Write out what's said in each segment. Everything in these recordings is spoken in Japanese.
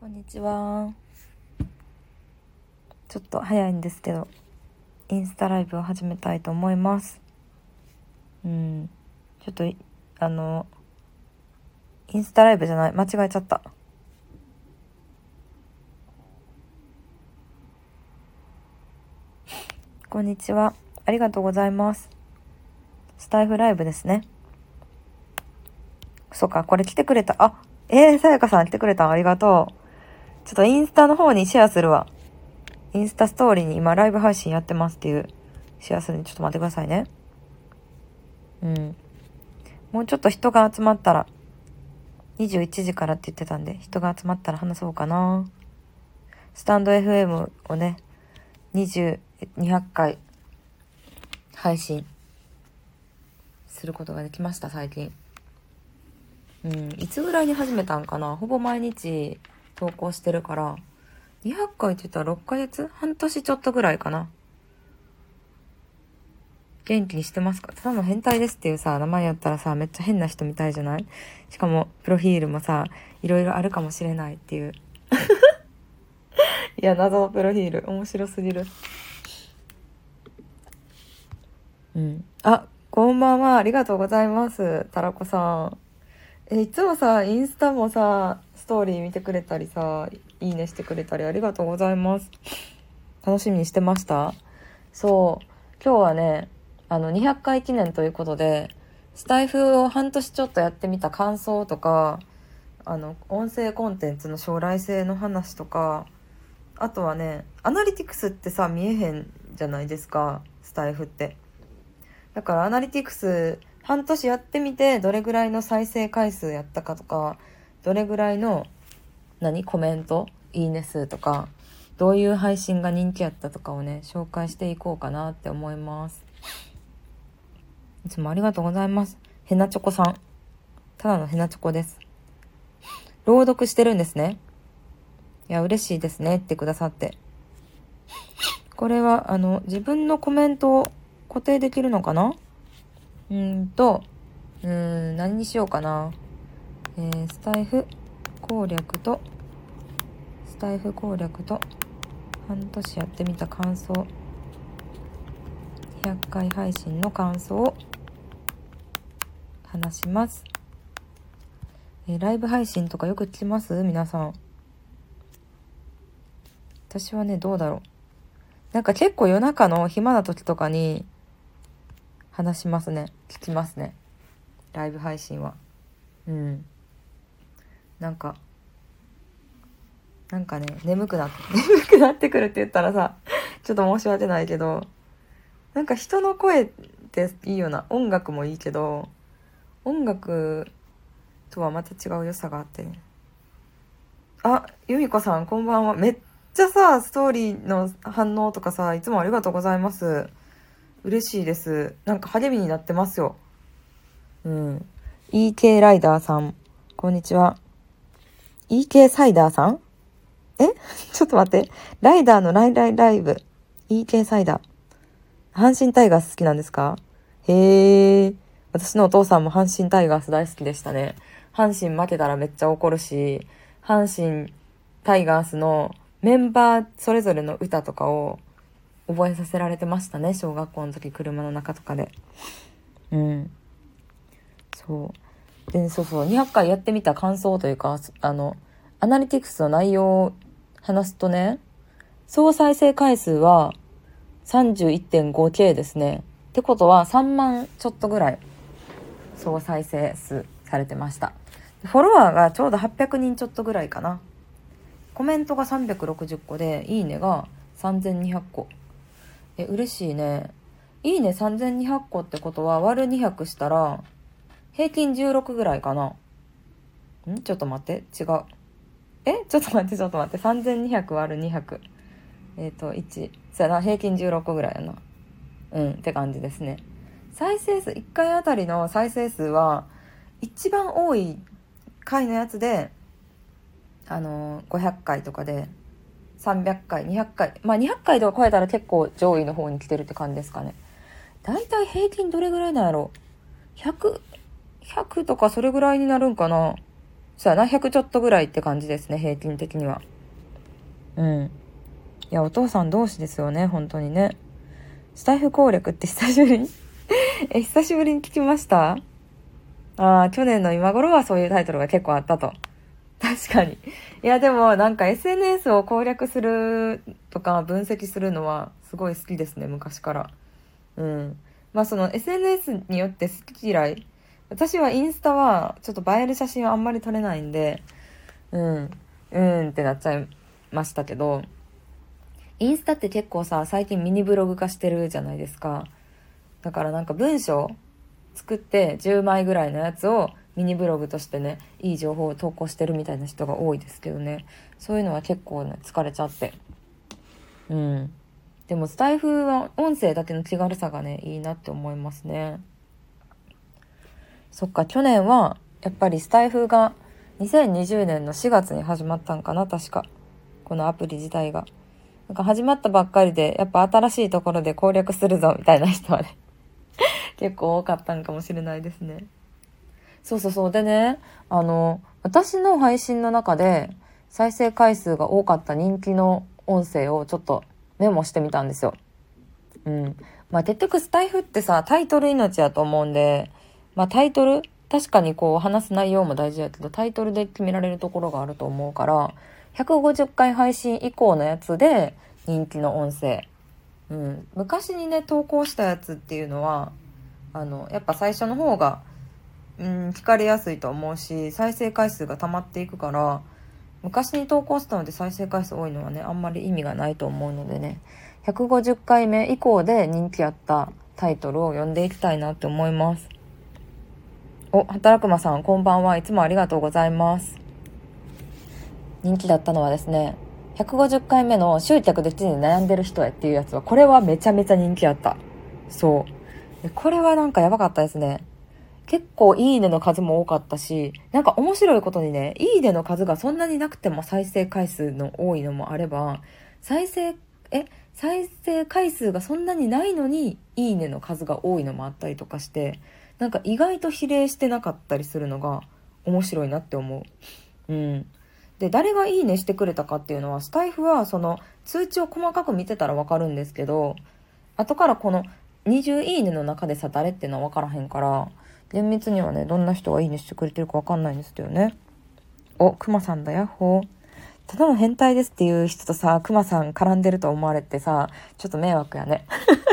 こんにちは。ちょっと早いんですけど、インスタライブを始めたいと思います。ちょっとインスタライブじゃない、間違えちゃった。こんにちは。ありがとうございます。スタイフライブですね。そうか、これ来てくれた。さやかさん来てくれた。ありがとう。ちょっとインスタの方にシェアするわ。インスタストーリーに今ライブ配信やってますっていうシェアするんで、ちょっと待ってくださいね。もうちょっと人が集まったら、21時からって言ってたんで、人が集まったら話そうかな。スタンド FM をね、200回配信することができました、最近。いつぐらいに始めたんかな。ほぼ毎日投稿してるから、200回って言ったら6ヶ月半年ちょっとぐらいかな。元気にしてますか？ただの変態ですっていうさ、名前やったらさ、めっちゃ変な人みたいじゃない？しかも、プロフィールもさ、いろいろあるかもしれないっていう。いや、謎のプロフィール、面白すぎる。こんばんは。ありがとうございます。たらこさん。いつもさ、インスタもさ、ストーリー見てくれたりさ、いいねしてくれたりありがとうございます。楽しみにしてました。そう。今日はね、200回記念ということで、スタイフを半年ちょっとやってみた感想とか、音声コンテンツの将来性の話とか、あとはね、アナリティクスってさ、見えへんじゃないですか、スタイフって。だからアナリティクス半年やってみてどれぐらいの再生回数やったかとか、どれぐらいのコメントいいね数とか、どういう配信が人気やったとかをね紹介していこうかなって思います。いつもありがとうございます。ヘナチョコさん、ただのヘナチョコです。朗読してるんですね。いや嬉しいですねってくださって。これは自分のコメントを固定できるのかな？何にしようかな。スタイフ攻略と半年やってみた感想、100回配信の感想を話します。ライブ配信とかよく聞きます？皆さん。私はね、どうだろう。なんか結構夜中の暇な時とかに話しますね。聞きますね。ライブ配信は。なんかね、眠くなってくるって言ったらさ、ちょっと申し訳ないけど、なんか人の声っていいよな。音楽もいいけど、音楽とはまた違う良さがあってね。由美子さんこんばんは。めっちゃさ、ストーリーの反応とかさ、いつもありがとうございます。嬉しいです。なんか励みになってますよ。EK ライダーさん、こんにちは。EK サイダーさん？ちょっと待って。ライダーのライブ。EK サイダー。阪神タイガース好きなんですか？へー。私のお父さんも阪神タイガース大好きでしたね。阪神負けたらめっちゃ怒るし、阪神タイガースのメンバーそれぞれの歌とかを覚えさせられてましたね。小学校の時、車の中とかで。そう。で、200回やってみた感想というか、アナリティクスの内容を話すとね、総再生回数は 31.5K ですね。ってことは3万ちょっとぐらい総再生数されてました。フォロワーがちょうど800人ちょっとぐらいかな。コメントが360個で、いいねが3200個。嬉しいね。いいね3200個ってことは割る200したら平均16ぐらいかな。ちょっと待って、違う。ちょっと待って。3200割る200。1。そうやな、平均16ぐらいやな。って感じですね。再生数、1回あたりの再生数は、一番多い回のやつで、500回とかで、300回、200回。200回とか超えたら結構上位の方に来てるって感じですかね。だいたい平均どれぐらいなんやろ？ 100 とかそれぐらいになるんかな。 そうやな、100ちょっとぐらいって感じですね、平均的には。うん。いや、お父さん同士ですよね、本当にね。スタイフ攻略って久しぶりに久しぶりに聞きました。去年の今頃はそういうタイトルが結構あったと。確かに。いや、でもなんか SNS を攻略するとか分析するのはすごい好きですね、昔から。うん。まあその SNS によって好き嫌い。私はインスタはちょっと映える写真はあんまり撮れないんで、ってなっちゃいましたけど、インスタって結構さ、最近ミニブログ化してるじゃないですか。だからなんか文章作って10枚ぐらいのやつをミニブログとしてね、いい情報を投稿してるみたいな人が多いですけどね。そういうのは結構ね、疲れちゃって。うん。でもスタイフは音声だけの気軽さがね、いいなって思いますね。そっか、去年はやっぱりスタイフが2020年の4月に始まったんかな、確か。このアプリ自体が。なんか始まったばっかりで、やっぱ新しいところで攻略するぞみたいな人はね、結構多かったんかもしれないですね。そうそうそう。でね、私の配信の中で再生回数が多かった人気の音声をちょっとメモしてみたんですよ。うん。まあ結局スタイフってさ、タイトル命やと思うんで、まあタイトル、確かにこう話す内容も大事やけど、タイトルで決められるところがあると思うから、150回配信以降のやつで人気の音声。うん。昔にね、投稿したやつっていうのは、やっぱ最初の方が、聞かれやすいと思うし、再生回数が溜まっていくから、昔に投稿したので再生回数多いのはね、あんまり意味がないと思うのでね、150回目以降で人気あったタイトルを読んでいきたいなって思います。働くまさん、こんばんは。いつもありがとうございます。人気だったのはですね、150回目の執着で地に悩んでる人へっていうやつは、これはめちゃめちゃ人気あった。そう。これはなんかやばかったですね。結構いいねの数も多かったし、なんか面白いことにね、いいねの数がそんなになくても再生回数の多いのもあれば、再生回数がそんなにないのに、いいねの数が多いのもあったりとかして、なんか意外と比例してなかったりするのが面白いなって思う。うん。で、誰がいいねしてくれたかっていうのは、スタイフはその通知を細かく見てたらわかるんですけど、後からこの20いいねの中でさ、誰っていうのはわからへんから、厳密にはね、どんな人がいいねしてくれてるかわかんないんですけどね。くまさんだよ、ただの変態ですっていう人とさ、くまさん絡んでると思われてさ、ちょっと迷惑やね。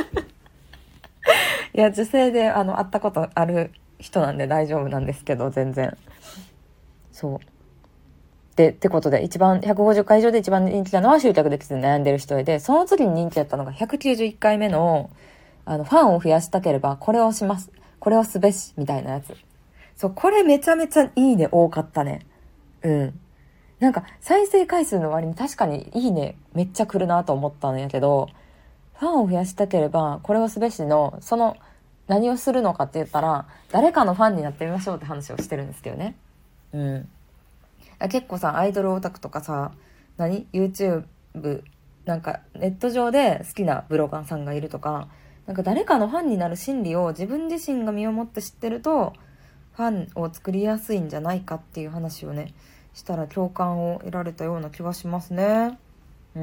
いや、女性で会ったことある人なんで大丈夫なんですけど、全然。そう。ってことで、150回以上で一番人気なのは集客できずに悩んでる人で、その次に人気だったのが191回目の、ファンを増やしたければ、これをします。これをすべし、みたいなやつ。そう、これめちゃめちゃいいね多かったね。うん。なんか、再生回数の割に確かにいいねめっちゃ来るなと思ったんやけど、ファンを増やしたければ、これをすべしの、何をするのかって言ったら、誰かのファンになってみましょうって話をしてるんですけどね。うん。結構さ、アイドルオタクとかさ、YouTube、なんかネット上で好きなブロガーさんがいるとか、なんか誰かのファンになる心理を自分自身が身をもって知ってると、ファンを作りやすいんじゃないかっていう話をね、したら共感を得られたような気はしますね。うん。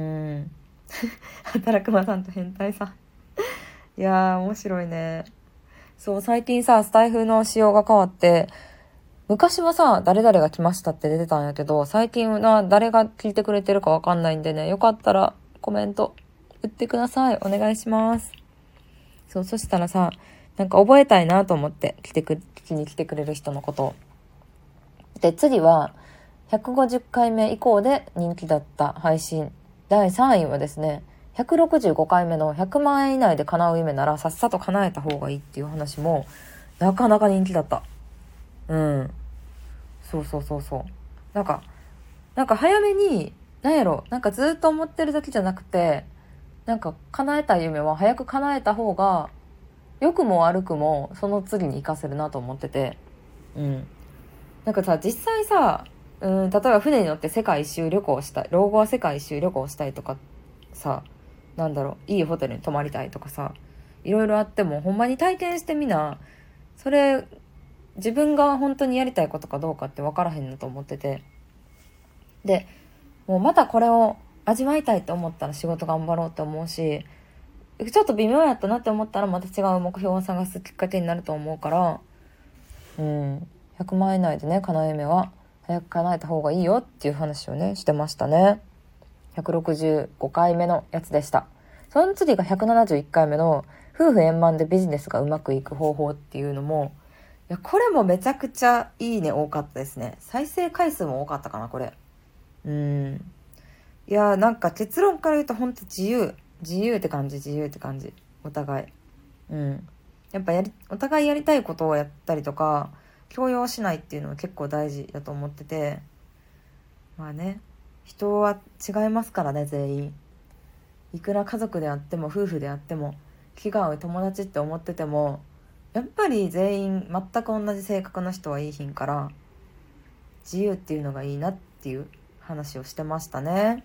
働くまさんと変態さん。いやー、面白いね。そう、最近さ、スタイフの仕様が変わって、昔はさ、誰々が来ましたって出てたんやけど、最近は誰が聞いてくれてるかわかんないんでね、よかったらコメント打ってください。お願いします。そう、そしたらさ、なんか覚えたいなと思って、聞きに来てくれる人のことを。で、次は、150回目以降で人気だった配信。第3位はですね、165回目の100万円以内で叶う夢ならさっさと叶えた方がいいっていう話も、なかなか人気だった。うん。そうそうそうそう。なんか、早めに、なんかずっと思ってるだけじゃなくて、なんか叶えたい夢は早く叶えた方が、良くも悪くもその次に活かせるなと思ってて。うん。なんかさ、実際さ、例えば船に乗って世界一周旅行したい。老後は世界一周旅行したいとかさ、いいホテルに泊まりたいとかさ、いろいろあっても、ほんまに体験してみな、それ自分が本当にやりたいことかどうかって分からへんなと思ってて、でもうまたこれを味わいたいと思ったら仕事頑張ろうと思うし、ちょっと微妙やったなって思ったらまた違う目標を探すきっかけになると思うから、100万円以内でね、叶え目は早く叶えた方がいいよっていう話をねしてましたね。165回目のやつでした。その次が171回目の夫婦円満でビジネスがうまくいく方法っていうのも、いやこれもめちゃくちゃいいね多かったですね。再生回数も多かったかなこれ。いやなんか結論から言うと本当自由って感じお互い。やっぱお互いやりたいことをやったりとか強要しないっていうのは結構大事だと思ってて、まあね、人は違いますからね、全員。いくら家族であっても夫婦であっても気が合う友達って思ってても、やっぱり全員全く同じ性格の人はいいひんから、自由っていうのがいいなっていう話をしてましたね。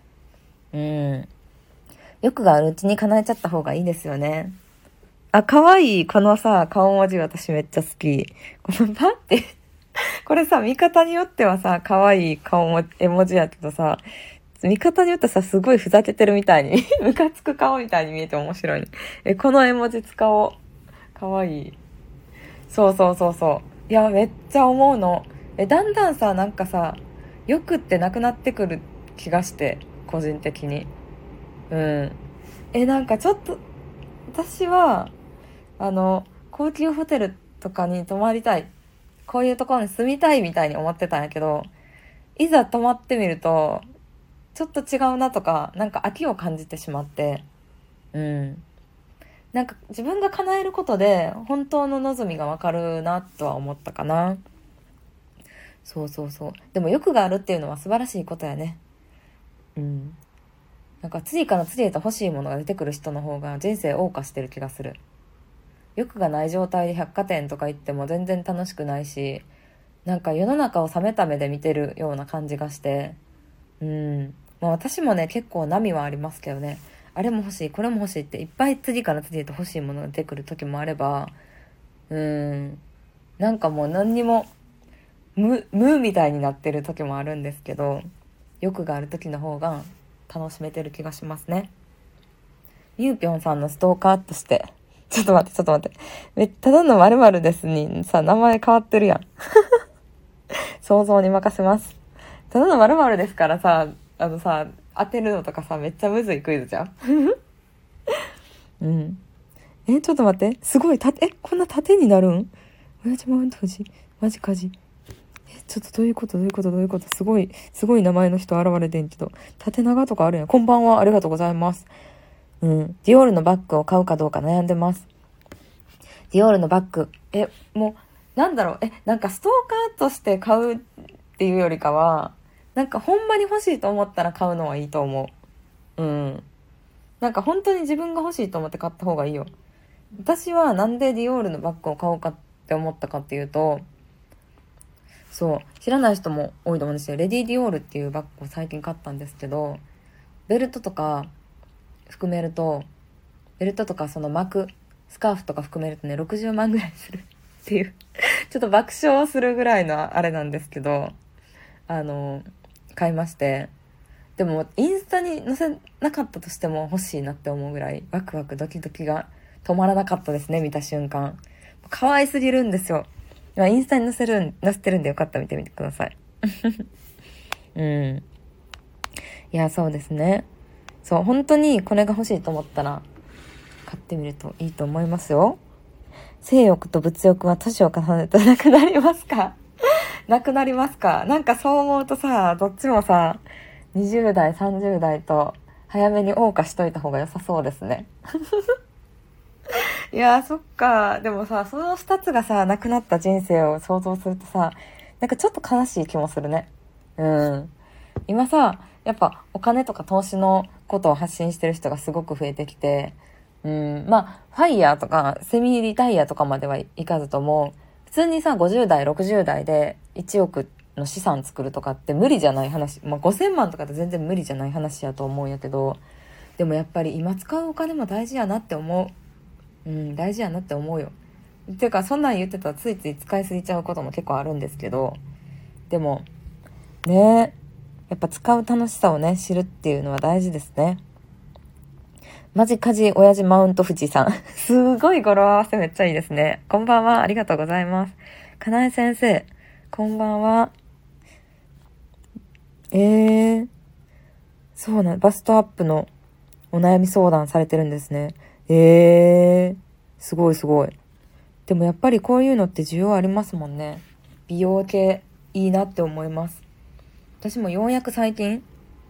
欲があるうちに叶えちゃった方がいいですよね。あ、かわいい。このさ、顔文字私めっちゃ好き。このパってこれさ、見方によってはさ、かわいい顔も絵文字やけどさ、見方によってさ、すごいふざけてるみたいにムカつく顔みたいに見えて面白い、ね。この絵文字使おう。かわいい。そう。いや、めっちゃ思うの。だんだんさ、なんかさ、欲ってなくなってくる気がして、個人的に。なんかちょっと、私は、高級ホテルとかに泊まりたい。こういうところに住みたいみたいに思ってたんやけど、いざ泊まってみると、ちょっと違うなとか、なんか飽きを感じてしまって、なんか自分が叶えることで本当の望みがわかるなとは思ったかな。そう。でも欲があるっていうのは素晴らしいことやね。なんか次から次へと欲しいものが出てくる人の方が人生謳歌してる気がする。欲がない状態で百貨店とか行っても全然楽しくないし、なんか世の中を冷めた目で見てるような感じがして、私もね結構波はありますけどね。あれも欲しいこれも欲しいっていっぱい次から次へと欲しいものが出てくる時もあれば、なんかもう何にも無みたいになってる時もあるんですけど、欲がある時の方が楽しめてる気がしますね。ゆうぴょんさんのストーカーとして、ちょっと待って、ただの〇〇ですにさ、名前変わってるやん想像に任せます。ただの〇〇ですからさ、当てるのとかさ、めっちゃむずいクイズじゃんちょっと待って、すごいこんな縦になるん？親父マウント富士マジかじ。ちょっとどういうことすごい名前の人現れてんけど、縦長とかあるやん。こんばんは、ありがとうございます。ディオールのバッグを買うかどうか悩んでます。ディオールのバッグ。もう、なんだろう。なんかストーカーとして買うっていうよりかは、なんかほんまに欲しいと思ったら買うのはいいと思う。なんか本当に自分が欲しいと思って買った方がいいよ。私はなんでディオールのバッグを買おうかって思ったかっていうと、知らない人も多いと思うんですよ。レディディオールっていうバッグを最近買ったんですけど、ベルトとか含めると、その巻くスカーフとか含めるとね、60万ぐらいするっていうちょっと爆笑するぐらいのあれなんですけど、買いまして、でもインスタに載せなかったとしても欲しいなって思うぐらいワクワクドキドキが止まらなかったですね。見た瞬間可愛すぎるんですよ。今インスタに載せてるんで、よかったら見てみてくださいいや、そうですね。本当にこれが欲しいと思ったら買ってみるといいと思いますよ。性欲と物欲は年を重ねてなくなりますかなくなりますか？なんかそう思うとさ、どっちもさ、20代30代と早めに謳歌しといた方が良さそうですねいやー、そっか。でもさ、その2つがさなくなった人生を想像するとさ、なんかちょっと悲しい気もするね。今さ、やっぱお金とか投資のことを発信してる人がすごく増えてきて、ファイヤーとかセミリタイヤとかまではいかずとも、普通にさ50代60代で1億の資産作るとかって無理じゃない話、5000万とかって全然無理じゃない話やと思うんやけど、でもやっぱり今使うお金も大事やなって思う。大事やなって思うよ。 ていうかそんなん言ってたらついつい使いすぎちゃうことも結構あるんですけど、でもね、やっぱ使う楽しさをね知るっていうのは大事ですね。マジカジ親父マウント富士さんすごい語呂合わせめっちゃいいですね。こんばんは、ありがとうございます。かなえ先生こんばんは。そうバストアップのお悩み相談されてるんですね。すごいすごい。でもやっぱりこういうのって需要ありますもんね。美容系いいなって思います。私もようやく最近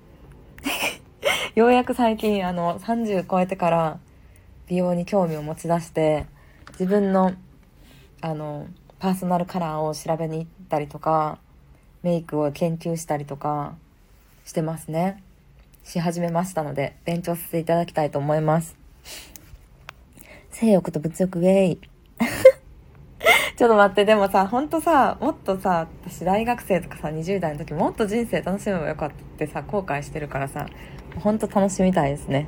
30超えてから美容に興味を持ち出して、自分のパーソナルカラーを調べに行ったりとか、メイクを研究したりとかしてますね。し始めましたので勉強させていただきたいと思います。性欲と物欲ウェイちょっと待って、でもさ、ほんとさ、もっとさ、私大学生とかさ、20代の時もっと人生楽しめばよかったってさ、後悔してるからさ、ほんと楽しみたいですね。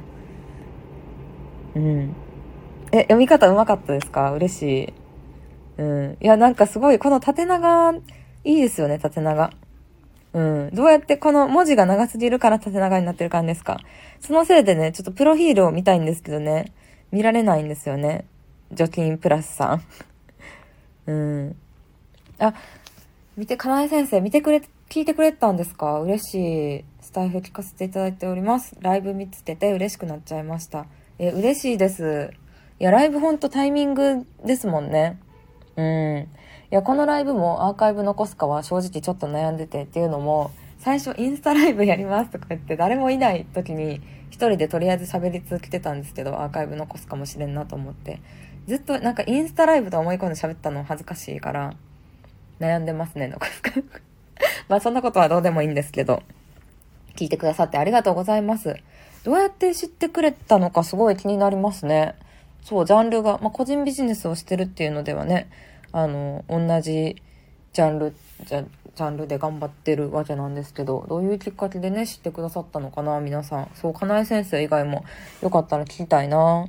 読み方うまかったですか？嬉しい。いや、なんかすごい、この縦長、いいですよね、縦長。どうやってこの文字が長すぎるから縦長になってる感じですか？そのせいでね、ちょっとプロフィールを見たいんですけどね、見られないんですよね。除菌プラスさん。あ、かなえ先生、聞いてくれたんですか？嬉しい。スタイフ聞かせていただいております。ライブ見つけて嬉しくなっちゃいました。嬉しいです。いや、ライブほんとタイミングですもんね。いや、このライブもアーカイブ残すかは正直ちょっと悩んでて、っていうのも、最初インスタライブやりますとか言って誰もいない時に一人でとりあえず喋り続けてたんですけど、アーカイブ残すかもしれんなと思って。ずっとなんかインスタライブと思い込んで喋ったの恥ずかしいから悩んでますね、残すかまあそんなことはどうでもいいんですけど、聞いてくださってありがとうございます。どうやって知ってくれたのかすごい気になりますね。そう、ジャンルが、個人ビジネスをしてるっていうのではね、同じジャンルで頑張ってるわけなんですけど、どういうきっかけでね、知ってくださったのかな、皆さん。そう、かなえ先生以外もよかったら聞きたいな。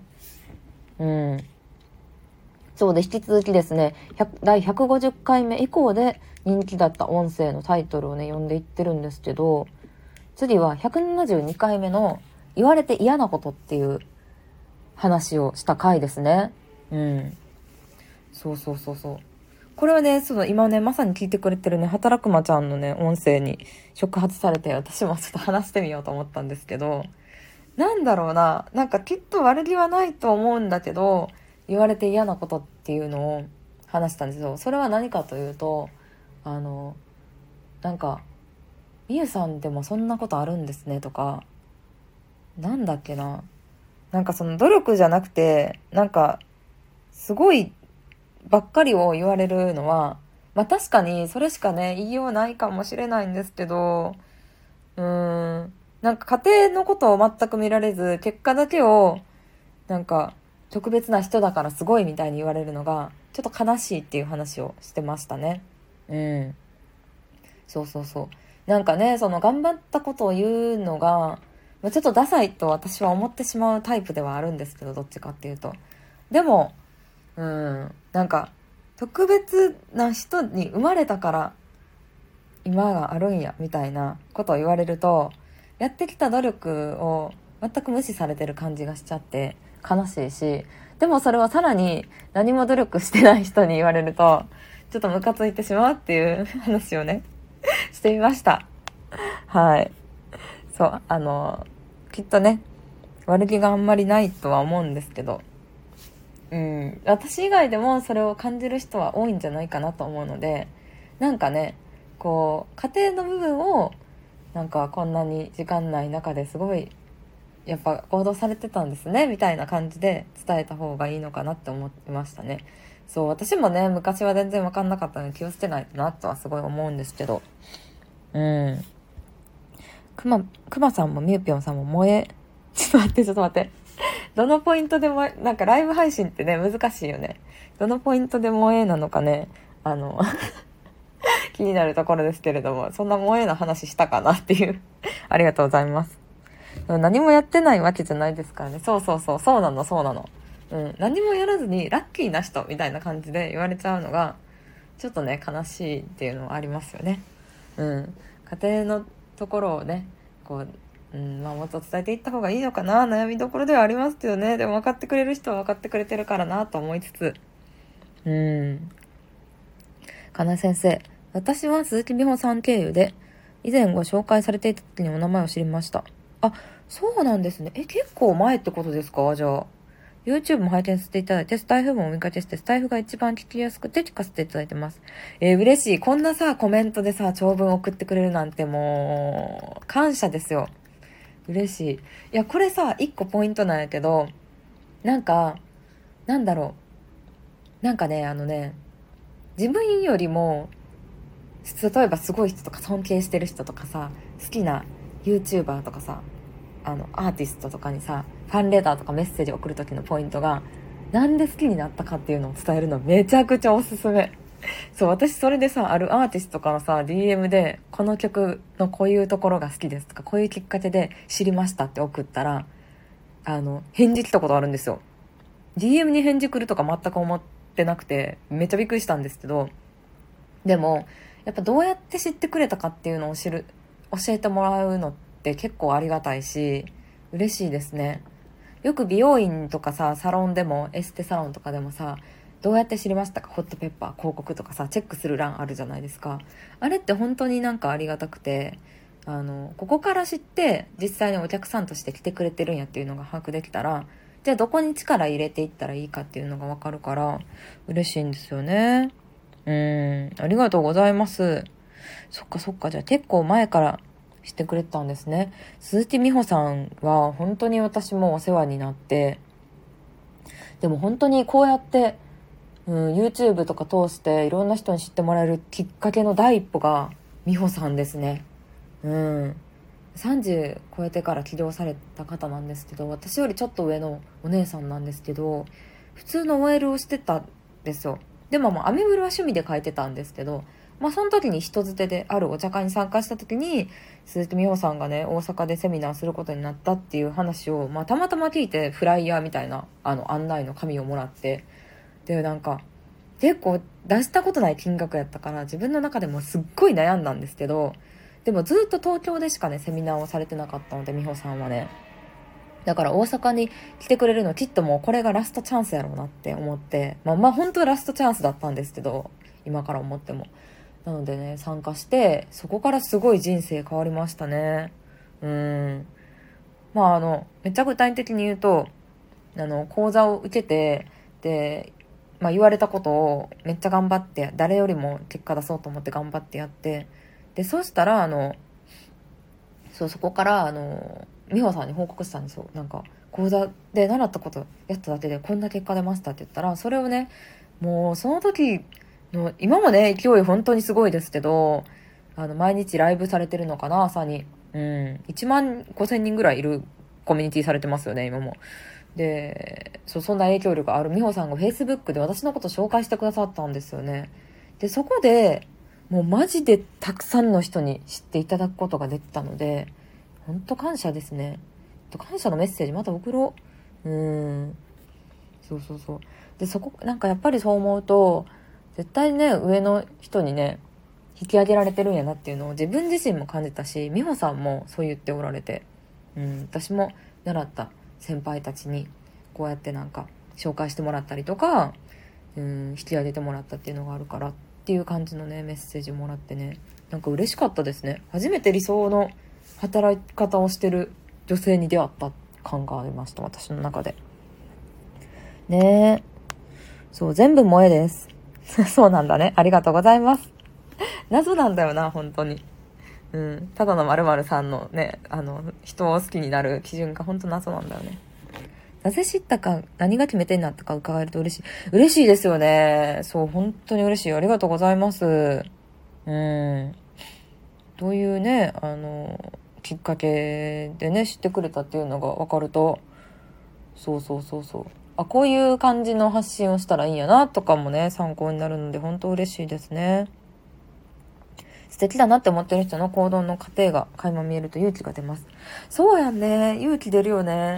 そうで、引き続きですね、第150回目以降で人気だった音声のタイトルをね、読んでいってるんですけど、次は172回目の言われて嫌なことっていう話をした回ですね。そう。これはね、今ね、まさに聞いてくれてるね、働くまちゃんのね、音声に触発されて、私もちょっと話してみようと思ったんですけど、なんだろうな、なんかきっと悪気はないと思うんだけど、言われて嫌なことっていうのを話したんですよ。それは何かというと、なんか、みゆさんでもそんなことあるんですねとか、なんだっけな、なんかその努力じゃなくて、なんか、すごいばっかりを言われるのは、確かにそれしかね、言いようないかもしれないんですけど、なんか家庭のことを全く見られず、結果だけを、なんか、特別な人だからすごいみたいに言われるのが、ちょっと悲しいっていう話をしてましたね。そう。なんかね、その頑張ったことを言うのが、ちょっとダサいと私は思ってしまうタイプではあるんですけど、どっちかっていうと。でも、なんか、特別な人に生まれたから今があるんや、みたいなことを言われると、やってきた努力を全く無視されてる感じがしちゃって悲しいし、でもそれはさらに何も努力してない人に言われると、ちょっとムカついてしまうっていう話をね、してみました。はい。そう、きっとね、悪気があんまりないとは思うんですけど、私以外でもそれを感じる人は多いんじゃないかなと思うので、なんかね、こう家庭の部分をなんかこんなに時間ない中ですごいやっぱ行動されてたんですねみたいな感じで伝えた方がいいのかなって思ってましたね。そう、私もね、昔は全然分かんなかったので気をつけないとなとはすごい思うんですけど、くまさんもみゆぴょんさんもちょっと待ってどのポイントでも、なんかライブ配信ってね、難しいよね。どのポイントで萌えなのかね、気になるところですけれども、そんな萌えな話したかなっていうありがとうございます。何もやってないわけじゃないですからね。そうなの。 何もやらずにラッキーな人みたいな感じで言われちゃうのがちょっとね悲しいっていうのはありますよね。家庭のところをねこう、もっと伝えていった方がいいのかな、悩みどころではありますけどね。でも分かってくれる人は分かってくれてるからなと思いつつ、かな先生、私は鈴木美穂さん経由で以前ご紹介されていた時にお名前を知りました。あ、そうなんですね。結構前ってことですか？じゃあ YouTube も拝見させていただいて、スタイフもお見かけして、スタイフが一番聞きやすくて聞かせていただいてます。嬉しい。こんなさコメントでさ長文送ってくれるなんてもう感謝ですよ。嬉しい。いやこれさ一個ポイントなんやけど、なんだろう、自分よりも例えばすごい人とか尊敬してる人とかさ、好きな YouTuber とかさ、アーティストとかにさファンレターとかメッセージ送る時のポイントが、なんで好きになったかっていうのを伝えるのめちゃくちゃおすすめ。そう、私それでさ、あるアーティストからさ DM でこの曲のこういうところが好きですとか、こういうきっかけで知りましたって送ったら、返事来たことあるんですよ。 DM に返事来るとか全く思ってなくてめっちゃびっくりしたんですけど、でもやっぱどうやって知ってくれたかっていうのを教えてもらうのって結構ありがたいし嬉しいですね。よく美容院とかさ、サロンでもエステサロンとかでもさ、どうやって知りましたか、ホットペッパー広告とかさチェックする欄あるじゃないですか。あれって本当になんかありがたくて、ここから知って実際にお客さんとして来てくれてるんやっていうのが把握できたら、じゃあどこに力入れていったらいいかっていうのが分かるから嬉しいんですよね。ありがとうございます。そっか、じゃあ結構前からしてくれてたんですね。鈴木美穂さんは本当に私もお世話になって、でも本当にこうやって、YouTube とか通していろんな人に知ってもらえるきっかけの第一歩が美穂さんですね。30超えてから起業された方なんですけど、私よりちょっと上のお姉さんなんですけど、普通の OL をしてたんですよ。でもアメブロは趣味で書いてたんですけど、その時に人づてであるお茶会に参加した時に、鈴木美穂さんがね大阪でセミナーすることになったっていう話を、たまたま聞いて、フライヤーみたいな案内の紙をもらって、で結構出したことない金額やったから自分の中でもすっごい悩んだんですけど、でもずっと東京でしかねセミナーをされてなかったので、美穂さんはね、だから大阪に来てくれるのきっともうこれがラストチャンスやろうなって思って、本当ラストチャンスだったんですけど、今から思っても、なのでね参加して、そこからすごい人生変わりましたね。めっちゃ具体的に言うと、講座を受けて、で言われたことをめっちゃ頑張って、誰よりも結果出そうと思って頑張ってやって、でそうしたらそこから美穂さんに報告したんですよ。講座で習ったことやっただけでこんな結果出ましたって言ったら、それをね、もうその時の、今もね勢い本当にすごいですけど、毎日ライブされてるのかな、朝に。1万5千人ぐらいいるコミュニティされてますよね今も。でそんな影響力ある美穂さんが Facebook で私のこと紹介してくださったんですよね。でそこでもうマジでたくさんの人に知っていただくことができたので、本当感謝ですね。感謝のメッセージまた送ろう。そうで、やっぱりそう思うと、絶対ね上の人にね引き上げられてるんやなっていうのを自分自身も感じたし、美穂さんもそう言っておられて、私も習った先輩たちにこうやって紹介してもらったりとか、引き上げてもらったっていうのがあるからっていう感じのねメッセージもらってね、嬉しかったですね。初めて理想の働き方をしてる女性に出会った感がありました、私の中でね。そう、全部萌えですそうなんだね、ありがとうございます。謎なんだよな本当に。ただの〇〇さんのね、人を好きになる基準が本当謎なんだよね。なぜ知ったか、何が決め手になったか伺えると嬉しいですよね。そう、本当に嬉しい。ありがとうございます。どういうね、きっかけでね、知ってくれたっていうのが分かると、そう。こういう感じの発信をしたらいいんやな、とかもね、参考になるので、本当嬉しいですね。素敵だなって思ってる人の行動の過程が垣間見えると勇気が出ます。そうやんね。勇気出るよね。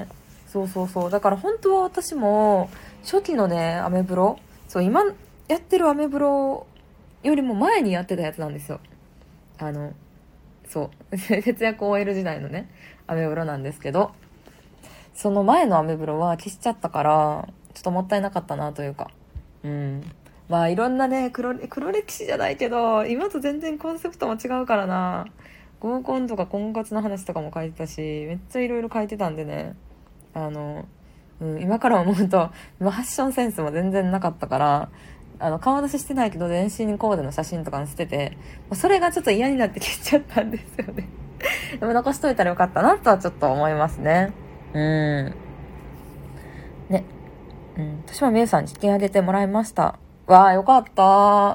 そうそうそう。だから本当は私も初期のね、アメブロ、そう、今やってるアメブロよりも前にやってたやつなんですよ。あの、そう。節約 OL 時代のね、アメブロなんですけど、その前のアメブロは消しちゃったから、ちょっともったいなかったなというか。うん。まあいろんなね、黒歴史じゃないけど、今と全然コンセプトも違うからな。合コンとか婚活の話とかも書いてたし、めっちゃいろいろ書いてたんでね。あの、今から思うと、ファッションセンスも全然なかったから、顔出ししてないけど、全身コーデの写真とかにしてて、それがちょっと嫌になって消しちゃったんですよね。でも残しといたらよかったなとはちょっと思いますね。うん。ね。うん。私もみゆさんに引き上げてもらいました。わあ、よかった。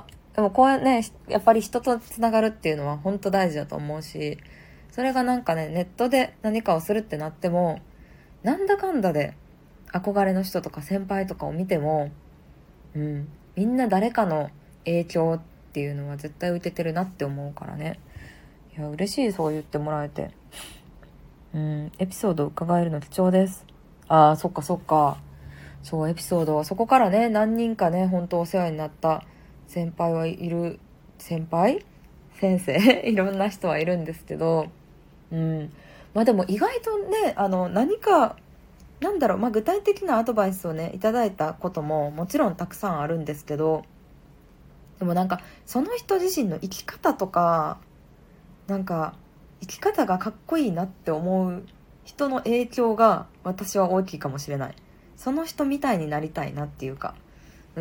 でもこうね、やっぱり人とつながるっていうのは本当大事だと思うし、それがなんかね、ネットで何かをするってなっても、なんだかんだで憧れの人とか先輩とかを見ても、うん、みんな誰かの影響っていうのは絶対受けてるなって思うからね。いや、嬉しい、そう言ってもらえて。うん、エピソード伺えるの貴重です。ああ、そっかそっか。そう、エピソードはそこからね、何人かね、本当お世話になった先輩はいる、先輩先生いろんな人はいるんですけど、うん。まあでも意外とね、何か、なんだろう、まあ具体的なアドバイスをね、いただいたことももちろんたくさんあるんですけど、でもなんか、その人自身の生き方とか、なんか、生き方がかっこいいなって思う人の影響が私は大きいかもしれない。その人みたいになりたいなっていうか。うん。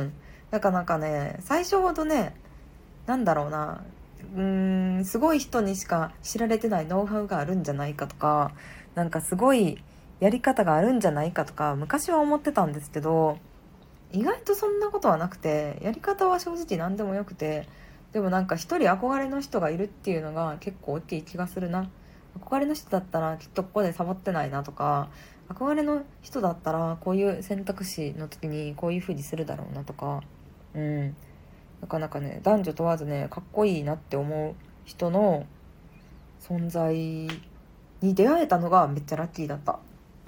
なんかね、最初ほどね、なんだろうな、すごい人にしか知られてないノウハウがあるんじゃないかとか、なんかすごいやり方があるんじゃないかとか、昔は思ってたんですけど、意外とそんなことはなくて、やり方は正直何でもよくて、でもなんか一人憧れの人がいるっていうのが結構大きい気がするな。憧れの人だったらきっとここでサボってないなとか、憧れの人だったらこういう選択肢の時にこういう風にするだろうなとか、うん。なかなかね、男女問わずね、かっこいいなって思う人の存在に出会えたのがめっちゃラッキーだった。うん。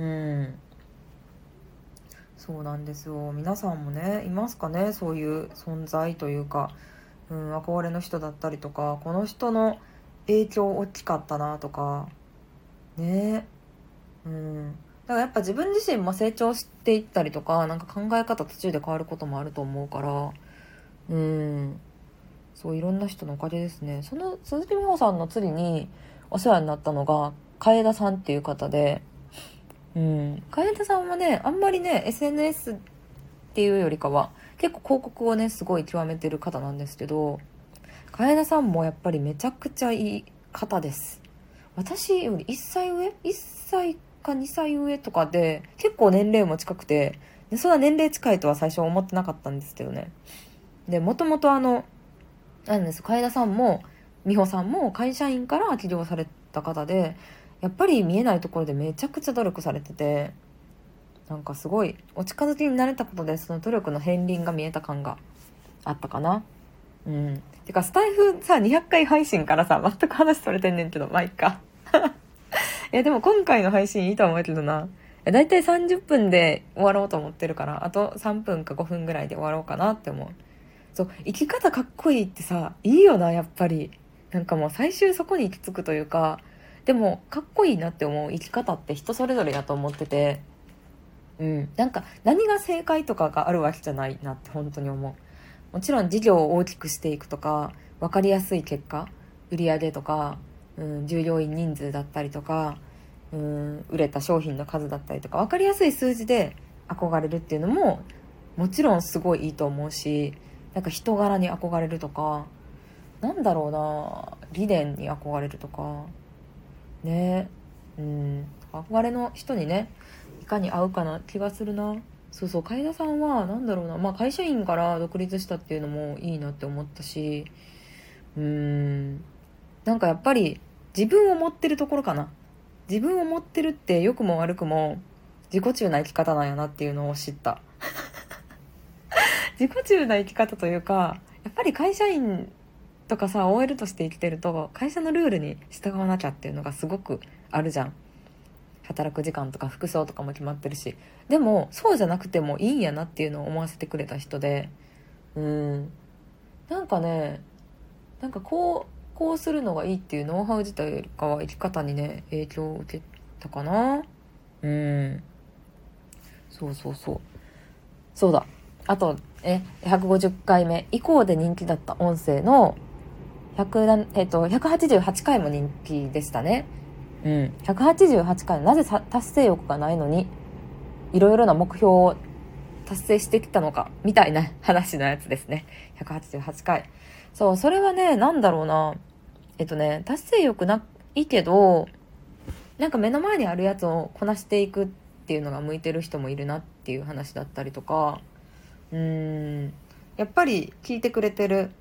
そうなんですよ。皆さんもね、いますかね、そういう存在というか、憧れの人だったりとか、この人の影響大きかったなとか、ね。うん。だからやっぱ自分自身も成長していったりとか、なんか考え方途中で変わることもあると思うから、うん。そういろんな人のおかげですね。その鈴木美穂さんの次にお世話になったのが楓田さんっていう方で、楓田さんはね、あんまりね SNS っていうよりかは結構広告をねすごい極めてる方なんですけど、楓田さんもやっぱりめちゃくちゃいい方です。私より1歳上 ?1 歳か2歳上とかで結構年齢も近くて、でそんな年齢近いとは最初思ってなかったんですけどね。で、もともとなんです。楓田さんも美穂さんも会社員から起業された方で、やっぱり見えないところでめちゃくちゃ努力されてて、なんかすごいお近づきになれたことでその努力の片鱗が見えた感があったかな。うん。てかスタイフさ、200回配信からさ、全く話それてんねんけど、まあいっか。いやでも今回の配信いいと思うけどな。だいたい30分で終わろうと思ってるから、あと3分か5分ぐらいで終わろうかなって思う。そう、生き方かっこいいってさ、いいよな、やっぱり。なんかもう最終そこに行き着くというか、でもかっこいいなって思う生き方って人それぞれだと思ってて、なんか何が正解とかがあるわけじゃないなって本当に思う。もちろん事業を大きくしていくとか、分かりやすい結果、売上とか、従業員人数だったりとか、売れた商品の数だったりとか、分かりやすい数字で憧れるっていうのも、もちろんすごいいいと思うし、なんか人柄に憧れるとか、なんだろうな、理念に憧れるとか、ね、憧れの人にね、いかに合うかな気がするな。そうそう、海田さんは、なんだろうな、まあ会社員から独立したっていうのもいいなって思ったし、なんかやっぱり自分を持ってるところかな。自分を持ってるって良くも悪くも自己中な生き方なんやなっていうのを知った。自己中な生き方というか、やっぱり会社員とかさ、 OL として生きてると会社のルールに従わなきゃっていうのがすごくあるじゃん。 働く時間とか服装とかも決まってるし、でもそうじゃなくてもいいんやなっていうのを思わせてくれた人で、なんかね、なんかこうするのがいいっていうノウハウ自体よりかは生き方にね影響を受けたかな。そうそうそう。そうだ。あと150回目以降で人気だった音声の188回も人気でしたね。188回、なぜ達成欲がないのにいろいろな目標を達成してきたのかみたいな話のやつですね。188回。そう、それはね、なんだろうな。達成欲ないけど、なんか目の前にあるやつをこなしていくっていうのが向いてる人もいるなっていう話だったりとか、やっぱり聞いてくれてる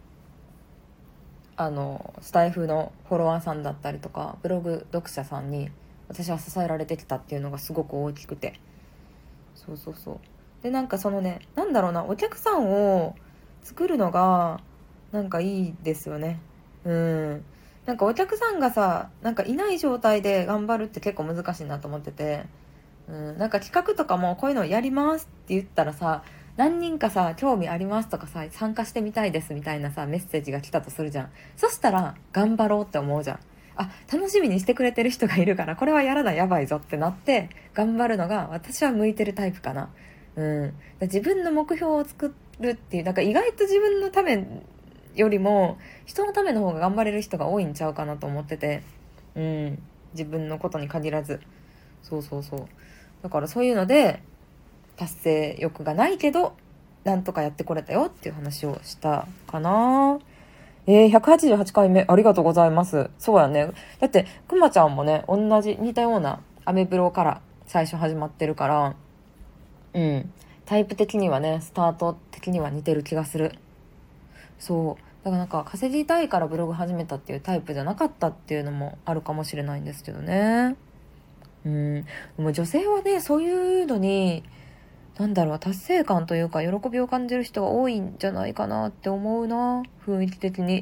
スタイフのフォロワーさんだったりとかブログ読者さんに私は支えられてきたっていうのがすごく大きくて、そうそうそう。でなんかそのね、なんだろうな、お客さんを作るのがなんかいいですよね。なんかお客さんがさ、なんかいない状態で頑張るって結構難しいなと思ってて、なんか企画とかもこういうのやりますって言ったらさ、何人かさ興味ありますとかさ参加してみたいですみたいなさメッセージが来たとするじゃん。そしたら頑張ろうって思うじゃん。あ、楽しみにしてくれてる人がいるからこれはやらないやばいぞってなって頑張るのが私は向いてるタイプかな。自分の目標を作るっていう、なんか意外と自分のためよりも人のための方が頑張れる人が多いんちゃうかなと思ってて、自分のことに限らず、そうそうそう。だからそういうので達成欲がないけどなんとかやってこれたよっていう話をしたかな。188回目ありがとうございます。そうやね。だってくまちゃんもね、同じ似たようなアメブロから最初始まってるから、タイプ的にはね、スタート的には似てる気がする。そうだからなんか稼ぎたいからブログ始めたっていうタイプじゃなかったっていうのもあるかもしれないんですけどね。でも女性はね、そういうのになんだろう、達成感というか喜びを感じる人が多いんじゃないかなって思うな、雰囲気的に。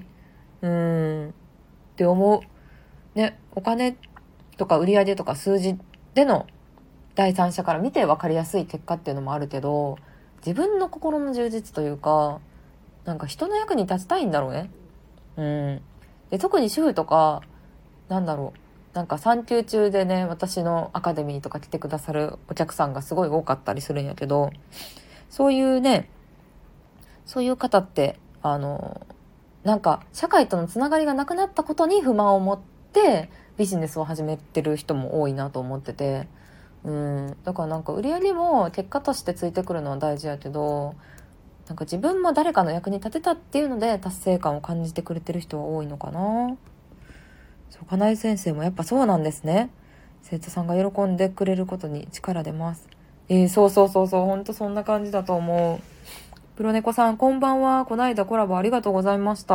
って思うね。お金とか売り上げとか数字での第三者から見て分かりやすい結果っていうのもあるけど、自分の心の充実というか、なんか人の役に立ちたいんだろうね。で特に主婦とか、なんだろう、なんか産休中でね、私のアカデミーとか来てくださるお客さんがすごい多かったりするんやけど、そういうね、そういう方ってなんか社会とのつながりがなくなったことに不満を持ってビジネスを始めてる人も多いなと思ってて、だからなんか売り上げも結果としてついてくるのは大事やけど、なんか自分も誰かの役に立てたっていうので達成感を感じてくれてる人は多いのかな。そう、金井先生もやっぱそうなんですね。生徒さんが喜んでくれることに力出ます。そうそうそうそう、ほんとそんな感じだと思う。プロネコさんこんばんは。こないだコラボありがとうございました。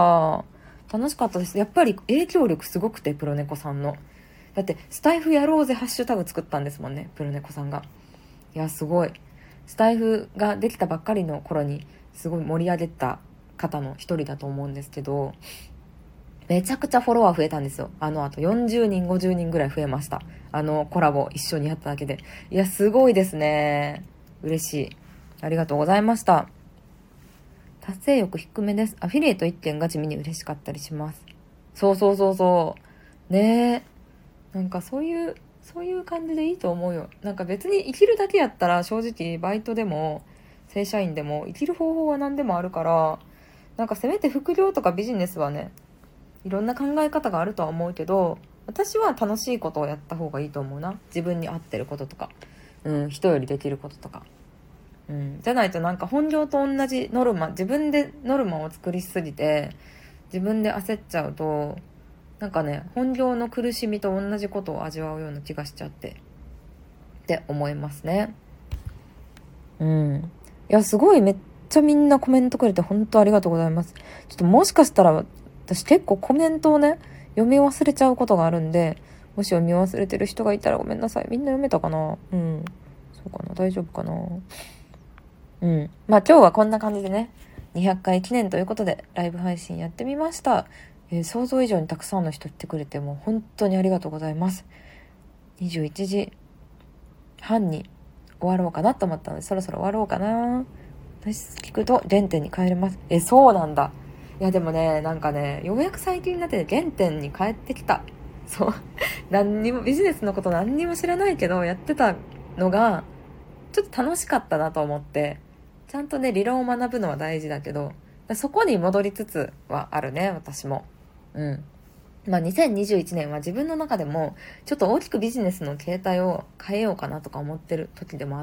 楽しかったです。やっぱり影響力すごくて、プロネコさんの。だってスタイフやろうぜハッシュタグ作ったんですもんね、プロネコさんが。いやすごい。スタイフができたばっかりの頃にすごい盛り上げた方の一人だと思うんですけど、めちゃくちゃフォロワー増えたんですよ。あと40人50人ぐらい増えました。コラボ一緒にやっただけで。いやすごいですね。嬉しい。ありがとうございました。達成欲低めです。アフィリエイト1件が地味に嬉しかったりします。そうそうそうそうねえ。なんかそういう感じでいいと思うよ。なんか別に生きるだけやったら正直バイトでも正社員でも生きる方法は何でもあるから、なんかせめて副業とかビジネスはね、いろんな考え方があるとは思うけど、私は楽しいことをやった方がいいと思うな。自分に合ってることとか、人よりできることとか、じゃないとなんか本業と同じノルマ、自分でノルマを作りすぎて自分で焦っちゃうと、なんかね、本業の苦しみと同じことを味わうような気がしちゃって思いますね。いやすごい、めっちゃみんなコメントくれて本当ありがとうございます。ちょっともしかしたら私結構コメントをね読み忘れちゃうことがあるんで、もし読み忘れてる人がいたらごめんなさい。みんな読めたかな。そうかな、大丈夫かな。まあ今日はこんな感じでね、200回記念ということでライブ配信やってみました。想像以上にたくさんの人来てくれてもう本当にありがとうございます。21時半に終わろうかなと思ったので、そろそろ終わろうかな。私聞くと原点に帰れます。そうなんだ。いやでもね、なんかね、ようやく最近になって原点に帰ってきた。そう何にもビジネスのこと何にも知らないけどやってたのがちょっと楽しかったなと思って、ちゃんとね理論を学ぶのは大事だけど、そこに戻りつつはあるね、私も。2021年は自分の中でもちょっと大きくビジネスの形態を変えようかなとか思ってる時でもあって、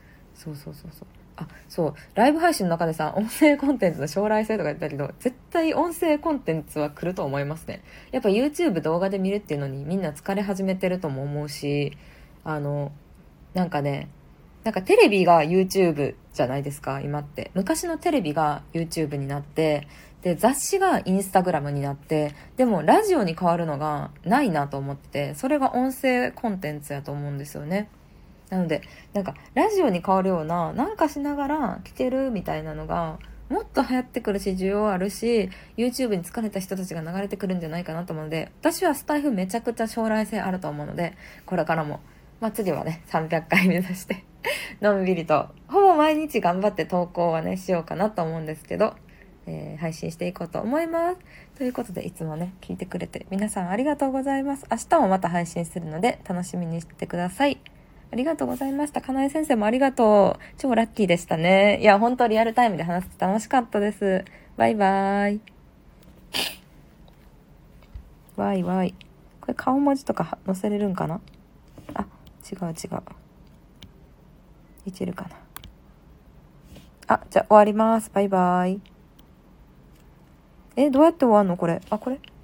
そう、ライブ配信の中でさ、音声コンテンツの将来性とか言ったけど、絶対音声コンテンツは来ると思いますね。やっぱ YouTube 動画で見るっていうのにみんな疲れ始めてるとも思うし、なんかね、なんかテレビが YouTube じゃないですか、今って。昔のテレビが YouTube になって、で、雑誌が Instagram になって、でもラジオに変わるのがないなと思ってて、それが音声コンテンツやと思うんですよね。なので、なんかラジオに変わるような、なんかしながら聞けるみたいなのが、もっと流行ってくるし、需要あるし、YouTube に疲れた人たちが流れてくるんじゃないかなと思うので、私はスタイフめちゃくちゃ将来性あると思うので、これからも、次はね、300回目指してのんびりと、ほぼ毎日頑張って投稿はね、しようかなと思うんですけど、配信していこうと思います。ということで、いつもね、聞いてくれて皆さんありがとうございます。明日もまた配信するので、楽しみにしてください。ありがとうございました。かなえ先生もありがとう。超ラッキーでしたね。いや、本当リアルタイムで話して楽しかったです。バイバイ。わいわい。これ顔文字とか載せれるんかな？あ、違う。いけるかな。じゃあ終わります。バイバイ。どうやって終わんのこれ。これ